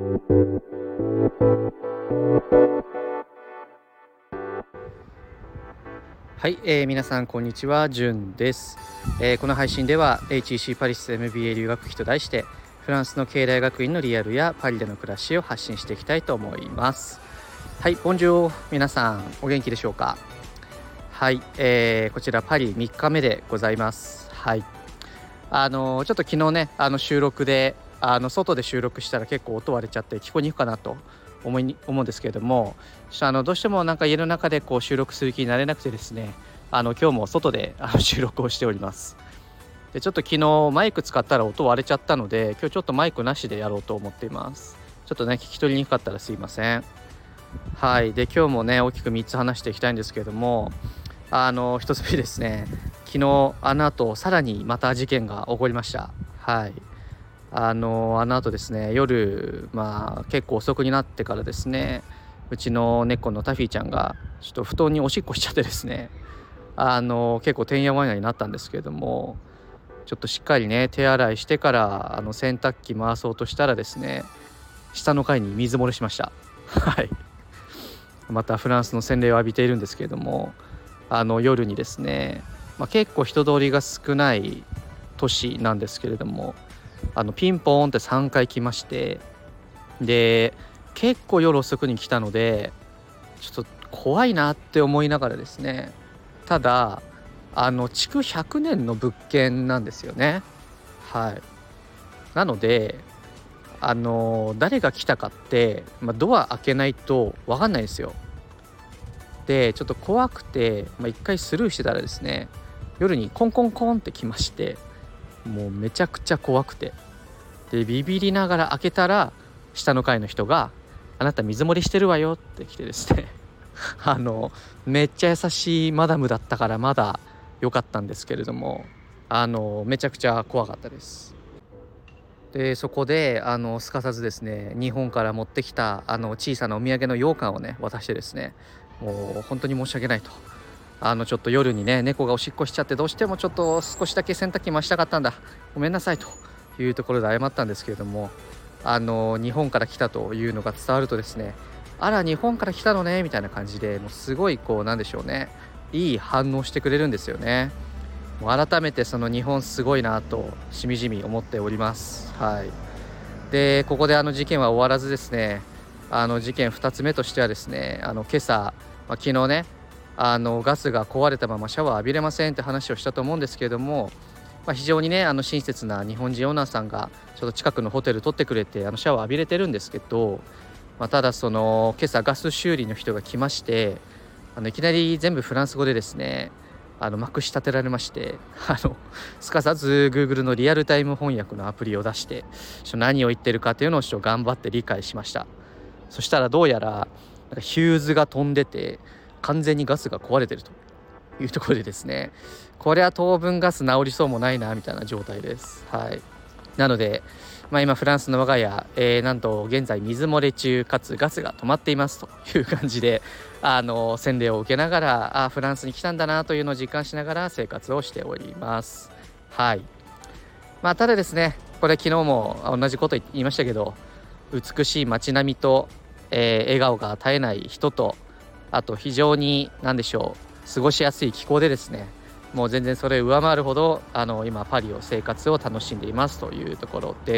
はい、皆さんこんにちは、じゅんです。この配信では HEC パリス MBA 留学期と題してフランスの経大学院のリアルやパリでの暮らしを発信していきたいと思います。はい、ボンジュール、皆さんお元気でしょうか。はい、こちらパリ3日目でございます。はい、ちょっと昨日ね収録で外で収録したら結構音割れちゃって聞こえにくいかなと思うんですけれども、ちょっとどうしても家の中で収録する気になれなくてですね、今日も外で収録をしております。でちょっと昨日マイク使ったら音割れちゃったので、今日ちょっとマイクなしでやろうと思っています。ちょっとね聞き取りにくかったらすいません。はい、で今日もね大きく3つ話していきたいんですけれども、1つ目ですね、昨日後さらにまた事件が起こりました。はい、後ですね、夜結構遅くになってからですね、うちの猫のタフィーちゃんがちょっと布団におしっこしちゃってですね、結構てんやわんやになったんですけれども、ちょっとしっかりね手洗いしてから洗濯機回そうとしたらですね、下の階に水漏れしました。はい、またフランスの洗礼を浴びているんですけれども、夜にですね、結構人通りが少ない都市なんですけれども、ピンポーンって3回来まして、で結構夜遅くに来たのでちょっと怖いなって思いながらですね、ただ築100年の物件なんですよね。はい、なので誰が来たかって、ドア開けないと分かんないんですよ。でちょっと怖くて、一回スルーしてたらですね、夜にコンコンコンって来まして、もうめちゃくちゃ怖くて、でビビりながら開けたら下の階の人があなた水漏れしてるわよって来てですねめっちゃ優しいマダムだったからまだ良かったんですけれども、めちゃくちゃ怖かったです。でそこですかさずですね、日本から持ってきた小さなお土産の羊羹をね渡してですね、もう本当に申し訳ないと、ちょっと夜にね猫がおしっこしちゃってどうしてもちょっと少しだけ洗濯機回したかったんだ、ごめんなさいというところで謝ったんですけれども、日本から来たというのが伝わるとですね、あら日本から来たのねみたいな感じで、もうすごいなんでしょうね、いい反応してくれるんですよね。もう改めてその日本すごいなとしみじみ思っております。はい、でここで事件は終わらずですね、事件2つ目としてはですね、今朝、昨日ねガスが壊れたままシャワー浴びれませんって話をしたと思うんですけれども、非常にね親切な日本人オーナーさんがちょっと近くのホテル取ってくれてシャワー浴びれてるんですけど、ただ今朝ガス修理の人が来まして、いきなり全部フランス語でですねまくし立てられまして、すかさず Google のリアルタイム翻訳のアプリを出して何を言ってるかっていうのを頑張って理解しました。そしたらどうやらヒューズが飛んでて完全にガスが壊れてるというところでですね、これは当分ガス治りそうもないなみたいな状態です。はい、なので、今フランスの我が家、なんと現在水漏れ中かつガスが止まっていますという感じで洗礼を受けながらフランスに来たんだなというのを実感しながら生活をしております。はい、ただですね、これ昨日も同じこと言いましたけど、美しい街並みと、笑顔が絶えない人と、あと非常に何でしょう、過ごしやすい気候でですね、もう全然それを上回るほど今パリ生活を楽しんでいますというところです。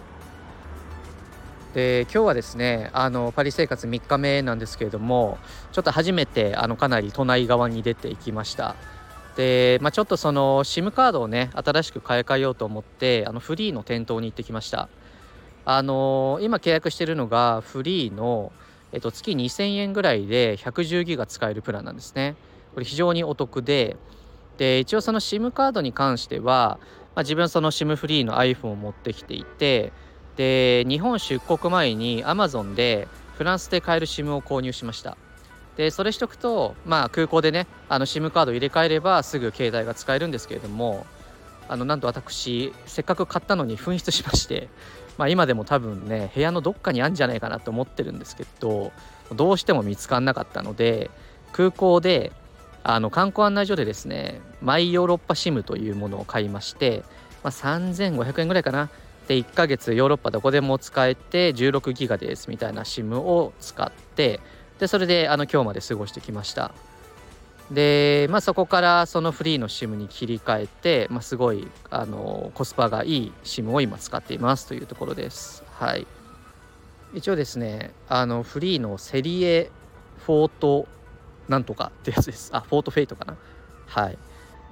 で今日はですねパリ生活3日目なんですけれども、ちょっと初めてかなり都内側に出ていきました。で、ちょっとその SIM カードをね新しく買い替えようと思ってフリーの店頭に行ってきました。今契約しているのがフリーの、月2000円ぐらいで110ギガ使えるプランなんですね。これ非常にお得で、一応その SIM カードに関しては、自分その SIM フリーの iPhone を持ってきていて、で日本出国前に Amazon でフランスで買える SIM を購入しました。でそれしとくと、空港でねSIM カード入れ替えればすぐ携帯が使えるんですけれども、なんと私せっかく買ったのに紛失しまして、今でも多分ね部屋のどっかにあるんじゃないかなと思ってるんですけど、どうしても見つからなかったので、空港で観光案内所でですねマイヨーロッパ SIM というものを買いまして、3500円ぐらいかなで1ヶ月ヨーロッパどこでも使えて16ギガですみたいな SIM を使って、でそれで今日まで過ごしてきました。でそこからそのフリーの SIM に切り替えて、すごいコスパがいい SIM を今使っていますというところです。はい。一応ですねフリーのセリエフォートなんとかってやつです。フォートフェイトかな。はい。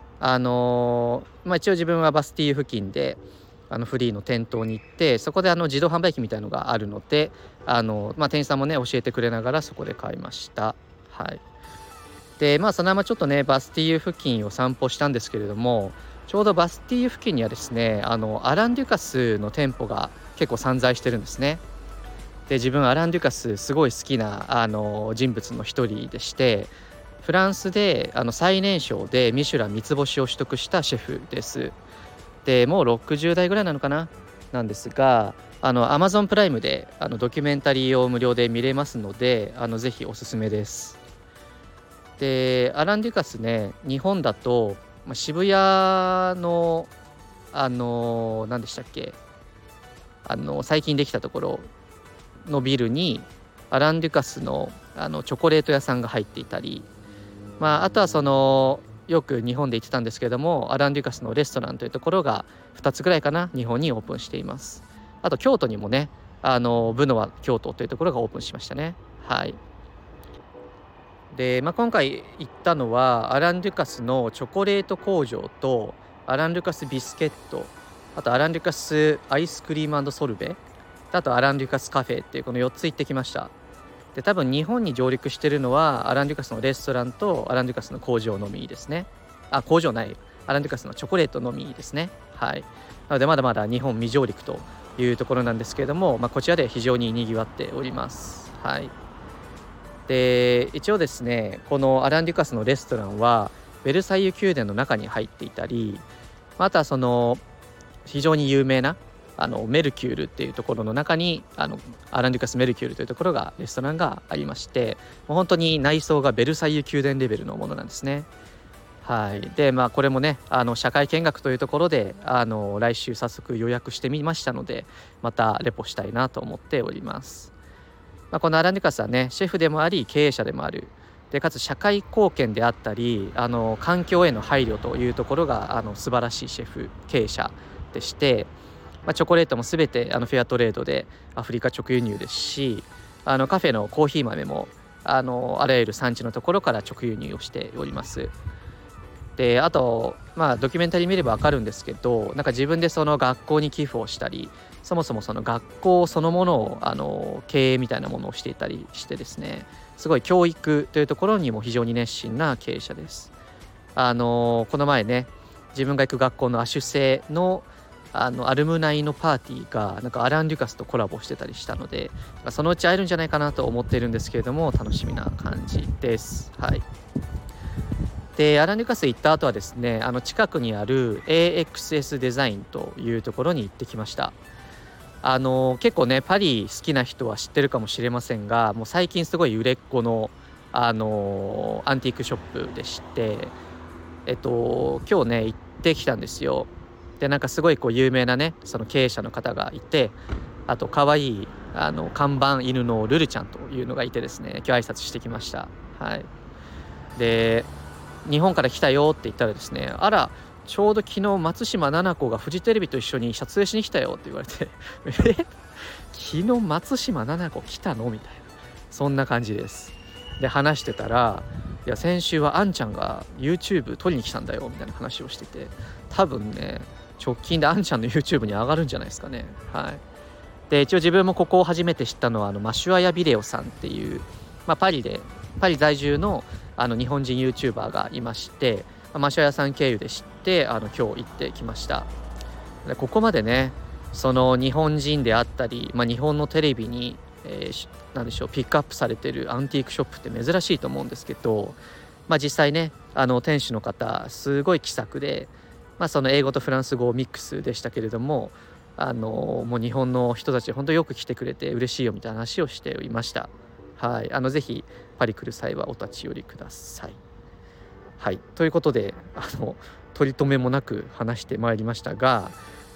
一応自分はバスティーユ付近でフリーの店頭に行って、そこで自動販売機みたいのがあるので店員さんもね教えてくれながらそこで買いました。はい。でそのままちょっとねバスティーユ付近を散歩したんですけれども、ちょうどバスティーユ付近にはですねアラン・デュカスの店舗が結構散在してるんですね。で自分アラン・デュカスすごい好きな人物の一人でして、フランスで最年少でミシュラン三つ星を取得したシェフです。でもう60代ぐらいなのかななんですが、Amazon プライムでドキュメンタリーを無料で見れますのでぜひおすすめです。でアラン・デュカスね、日本だと、渋谷の何でしたっけ、最近できたところのビルにアラン・デュカスのチョコレート屋さんが入っていたり、あとはよく日本で行ってたんですけども、アラン・デュカスのレストランというところが2つぐらいかな、日本にオープンしています。あと京都にもねブノワ京都というところがオープンしましたね。はい。で、今回行ったのはアラン・デュカスのチョコレート工場とアラン・デュカスビスケット、あとアラン・デュカスアイスクリーム&ソルベ、あとアラン・デュカスカフェっていうこの4つ行ってきました。で多分日本に上陸してるのはアラン・デュカスのレストランとアラン・デュカスの工場のみですね。工場ない、アラン・デュカスのチョコレートのみですね。はい。なのでまだまだ日本未上陸というところなんですけれども、こちらで非常に賑わっております。はい。で一応ですねこのアラン・デュカスのレストランはベルサイユ宮殿の中に入っていたり、あとは非常に有名なメルキュールっていうところの中にアラン・デュカスメルキュールというところがレストランがありまして、もう本当に内装がベルサイユ宮殿レベルのものなんですね。はい。でこれもね社会見学というところで来週早速予約してみましたので、またレポしたいなと思っております。このアラン・デュカスはねシェフでもあり経営者でもある、でかつ社会貢献であったり環境への配慮というところが素晴らしいシェフ経営者でして、チョコレートも全てフェアトレードでアフリカ直輸入ですし、カフェのコーヒー豆もあらゆる産地のところから直輸入をしております。であとドキュメンタリー見れば分かるんですけど、なんか自分でその学校に寄付をしたり、そもそもその学校そのものを経営みたいなものをしていたりしてですね、すごい教育というところにも非常に熱心な経営者です。この前ね自分が行く学校の亜種生のアルムナイのパーティーがなんかアラン・デュカスとコラボしてたりしたので、そのうち会えるんじゃないかなと思っているんですけれども、楽しみな感じです。はい。でアラン・デュカス行った後はですね近くにある AXS デザインというところに行ってきました。結構ねパリ好きな人は知ってるかもしれませんが、もう最近すごい売れっ子のアンティークショップでして、今日ね行ってきたんですよ。でなんかすごい有名なねその経営者の方がいて、あと可愛い看板犬のルルちゃんというのがいてですね、今日挨拶してきました。はい。で日本から来たよって言ったらですね、あらちょうど昨日松島菜々子がフジテレビと一緒に撮影しに来たよって言われて昨日松島菜々子来たのみたいな、そんな感じです。で話してたら、いや先週はあんちゃんが YouTube 撮りに来たんだよみたいな話をしてて、多分ね直近であんちゃんの YouTube に上がるんじゃないですかね。はい。で一応自分もここを初めて知ったのはマシュアヤビデオさんっていう、パリ在住の日本人 YouTuber がいまして、マシュアヤさん経由で知って今日行ってきました。でここまでねその日本人であったり、日本のテレビに、なんでしょうピックアップされてるアンティークショップって珍しいと思うんですけど、実際ね店主の方すごい気さくで、その英語とフランス語ミックスでしたけれども、もう日本の人たち本当よく来てくれて嬉しいよみたいな話をしていました。はい。ぜひパリ来る際はお立ち寄りください。はい。ということで取り留めもなく話してまいりましたが、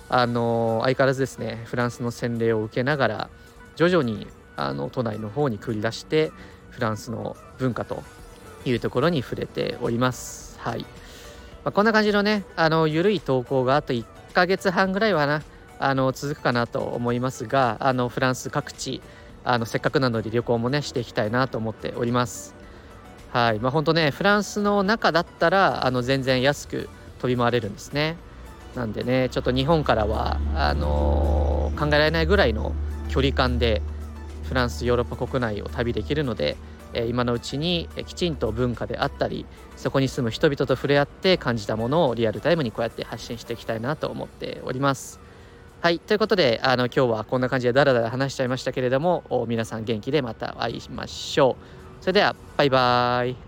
相変わらずですねフランスの洗礼を受けながら徐々に都内の方に繰り出してフランスの文化というところに触れております。はい、こんな感じのねゆるい投稿があと1ヶ月半ぐらいはな続くかなと思いますが、フランス各地せっかくなので旅行もねしていきたいなと思っております。はい、本当ねフランスの中だったら全然安く飛び回れるんですね。なんでねちょっと日本からは考えられないぐらいの距離感でフランスヨーロッパ国内を旅できるので、今のうちにきちんと文化であったりそこに住む人々と触れ合って感じたものをリアルタイムにこうやって発信していきたいなと思っております。はい、ということで今日はこんな感じでダラダラ話しちゃいましたけれども、皆さん元気でまたお会いしましょう。それではバイバーイ。